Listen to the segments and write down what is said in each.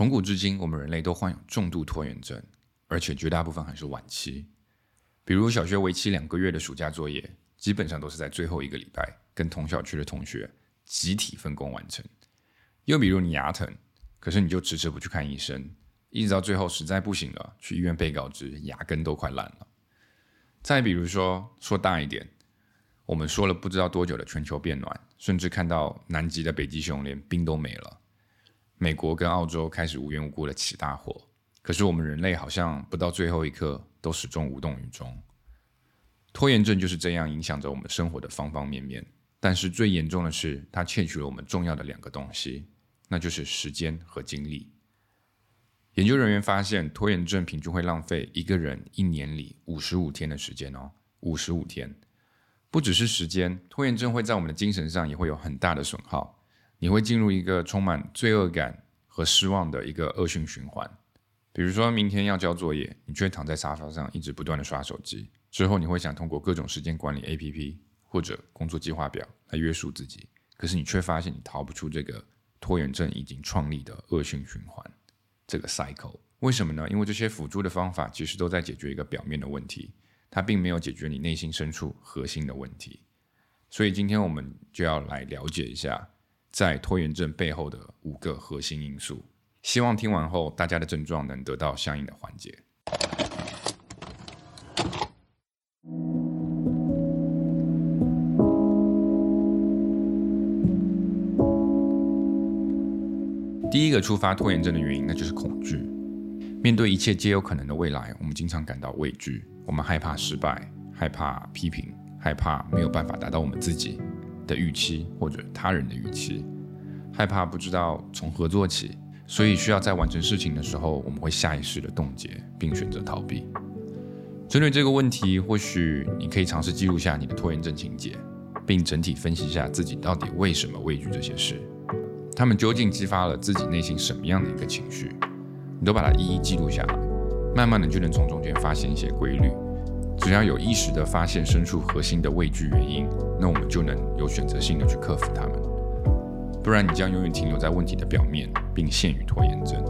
从古至今，我们人类都患有重度拖延症，而且绝大部分还是晚期。比如小学为期2个月的暑假作业，基本上都是在最后1个礼拜跟同小区的同学集体分工完成。又比如你牙疼，可是你就迟迟不去看医生，一直到最后实在不行了，去医院被告知牙根都快烂了。再比如说大一点，我们说了不知道多久的全球变暖，甚至看到南极的北极熊连冰都没了。美国跟澳洲开始无缘无故的起大火，可是我们人类好像不到最后一刻都始终无动于衷。拖延症就是这样影响着我们生活的方方面面，但是最严重的是，它窃取了我们重要的2个东西，那就是时间和精力。研究人员发现，拖延症平均会浪费一个人1年里55天的时间55天。不只是时间，拖延症会在我们的精神上也会有很大的损耗。你会进入一个充满罪恶感和失望的一个恶性循环。比如说明天要交作业，你却躺在沙发上一直不断的刷手机，之后你会想通过各种时间管理 APP 或者工作计划表来约束自己，可是你却发现你逃不出这个拖延症已经创立的恶性循环，这个 cycle。 为什么呢？因为这些辅助的方法其实都在解决一个表面的问题，它并没有解决你内心深处核心的问题。所以今天我们就要来了解一下在拖延症背后的5个核心因素，希望听完后大家的症状能得到相应的缓解。第一个触发拖延症的原因，那就是恐惧。面对一切皆有可能的未来，我们经常感到畏惧，我们害怕失败，害怕批评，害怕没有办法达到我们自己的预期或者他人的预期，害怕不知道从何做起，所以需要在完成事情的时候，我们会下意识的冻结并选择逃避。针对这个问题，或许你可以尝试记录下你的拖延症情节，并整体分析一下自己到底为什么畏惧这些事，他们究竟激发了自己内心什么样的一个情绪，你都把它一一记录下来，慢慢的就能从中间发现一些规律。只要有意识的发现深处核心的畏惧原因，那我们就能有选择性的去克服它们，不然你将永远停留在问题的表面，并陷于拖延症。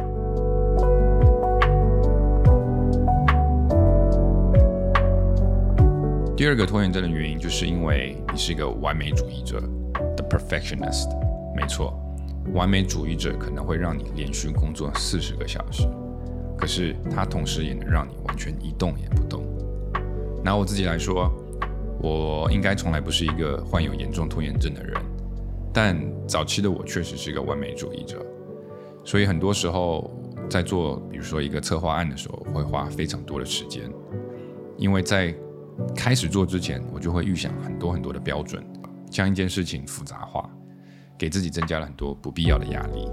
第二个拖延症的原因，就是因为你是一个完美主义者 ，the perfectionist。没错，完美主义者可能会让你连续工作40个小时，可是它同时也能让你完全一动也不动。拿我自己来说，我应该从来不是一个患有严重拖延症的人，但早期的我确实是一个完美主义者，所以很多时候在做比如说一个策划案的时候，会花非常多的时间，因为在开始做之前，我就会预想很多很多的标准，将一件事情复杂化，给自己增加了很多不必要的压力。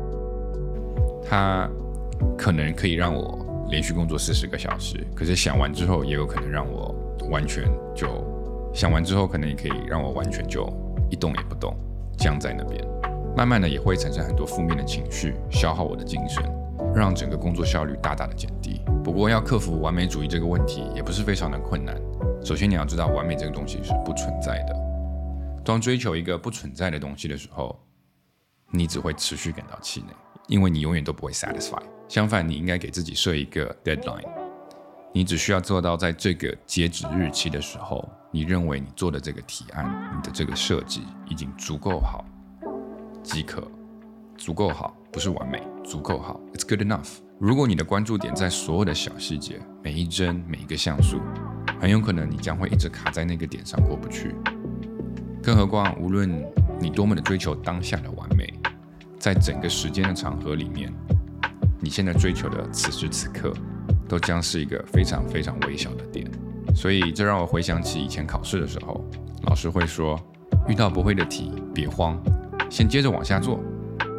它可能可以让我连续工作40个小时，可是想完之后也有可能让我完全就想完之后，可能也可以让我完全就一动也不动，僵在那边。慢慢的也会产生很多负面的情绪，消耗我的精神，让整个工作效率大大的减低。不过要克服完美主义这个问题也不是非常的困难。首先你要知道，完美这个东西是不存在的。当追求一个不存在的东西的时候，你只会持续感到气馁，因为你永远都不会 satisfy。相反，你应该给自己设一个 deadline， 你只需要做到在这个截止日期的时候，你认为你做的这个提案，你的这个设计已经足够好即可。足够好不是完美，足够好 it's good enough。 如果你的关注点在所有的小细节，每一帧每一个像素，很有可能你将会一直卡在那个点上过不去。更何况无论你多么的追求当下的完美，在整个时间的长河里面，你现在追求的此时此刻都将是一个非常非常微小的点。所以这让我回想起以前考试的时候，老师会说，遇到不会的题别慌，先接着往下做。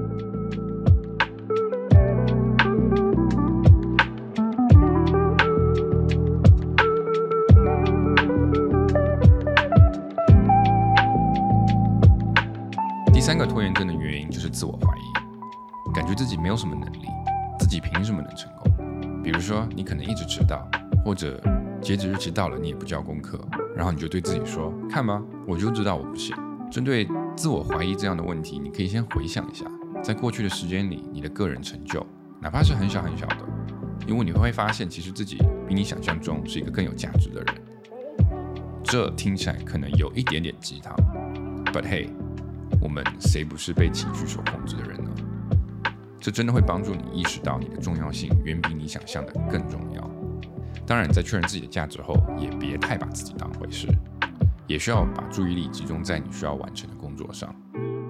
第3个拖延症的原因就是自我怀疑，感觉自己没有什么能力，自己凭什么能成功？比如说你可能一直迟到，或者截止日期到了你也不交功课，然后你就对自己说，看吧，我就知道我不行。针对自我怀疑这样的问题，你可以先回想一下， 在过去的时间里，你的个人成就，哪怕是很小很小的，因为你会发现，其实自己比你想象中是一个更有价值的人。这听起来可能有一点点鸡汤 ，But hey， 我们谁不是被情绪所控制的人呢？这真的会帮助你意识到你的重要性远比你想象的更重要。当然，在确认自己的价值后，也别太把自己当回事，也需要把注意力集中在你需要完成的工作上。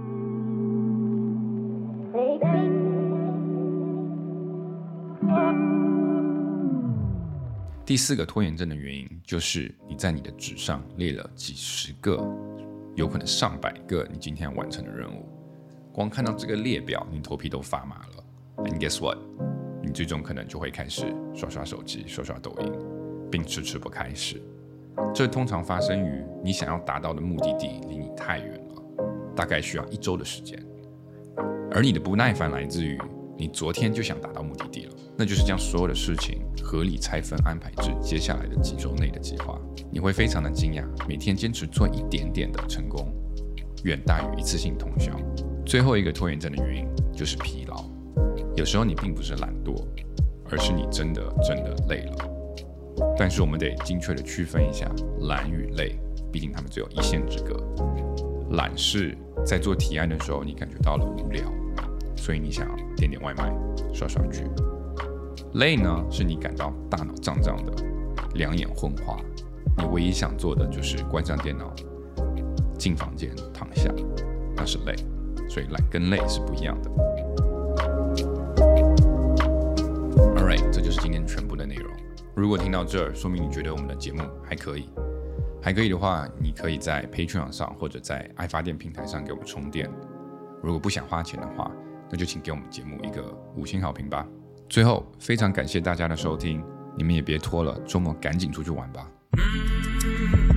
第4个拖延症的原因，就是你在你的纸上列了几十个，有可能上百个你今天要完成的任务。光看到这个列表，你头皮都发麻了。And guess what？ 你最终可能就会开始刷刷手机、刷刷抖音，并迟迟不开始。这通常发生于你想要达到的目的地离你太远了，大概需要1周的时间。而你的不耐烦来自于你昨天就想达到目的地了，那就是将所有的事情合理拆分安排至接下来的几周内的计划。你会非常的惊讶，每天坚持做一点点的成功，远大于一次性通宵。最后一个拖延症的原因就是疲劳。有时候你并不是懒惰，而是你真的累了。但是我们得精确的区分一下懒与累，毕竟他们只有一线之隔。懒是在做提案的时候你感觉到了无聊，所以你想点点外卖、刷刷剧。累呢，是你感到大脑胀胀的，两眼昏花，你唯一想做的就是关上电脑，进房间躺下，那是累。所以懒跟累是不一样的。Alright， 这就是今天全部的内容。如果听到这儿，说明你觉得我们的节目还可以。还可以的话，你可以在 Patreon 上或者在爱发电平台上给我们充电。如果不想花钱的话，那就请给我们节目一个5星好评吧。最后，非常感谢大家的收听，你们也别拖了，周末赶紧出去玩吧。